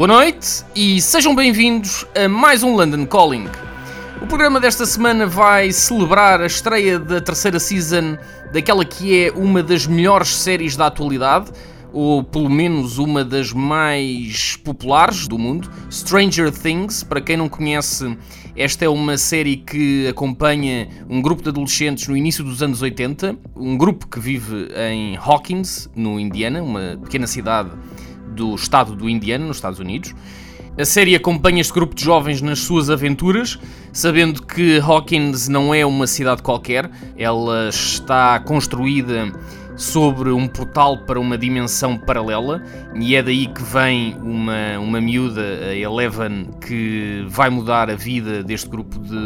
Boa noite e sejam bem-vindos a mais um London Calling. O programa desta semana vai celebrar a estreia da terceira season daquela que é uma das melhores séries da atualidade, ou pelo menos uma das mais populares do mundo, Stranger Things. Para quem não conhece, esta é uma série que acompanha um grupo de adolescentes no início dos anos 80, um grupo que vive em Hawkins, no Indiana, uma pequena cidade do estado do Indiana, nos Estados Unidos. A série acompanha este grupo de jovens nas suas aventuras, sabendo que Hawkins não é uma cidade qualquer, ela está construída sobre um portal para uma dimensão paralela, e é daí que vem uma miúda, a Eleven, que vai mudar a vida deste grupo de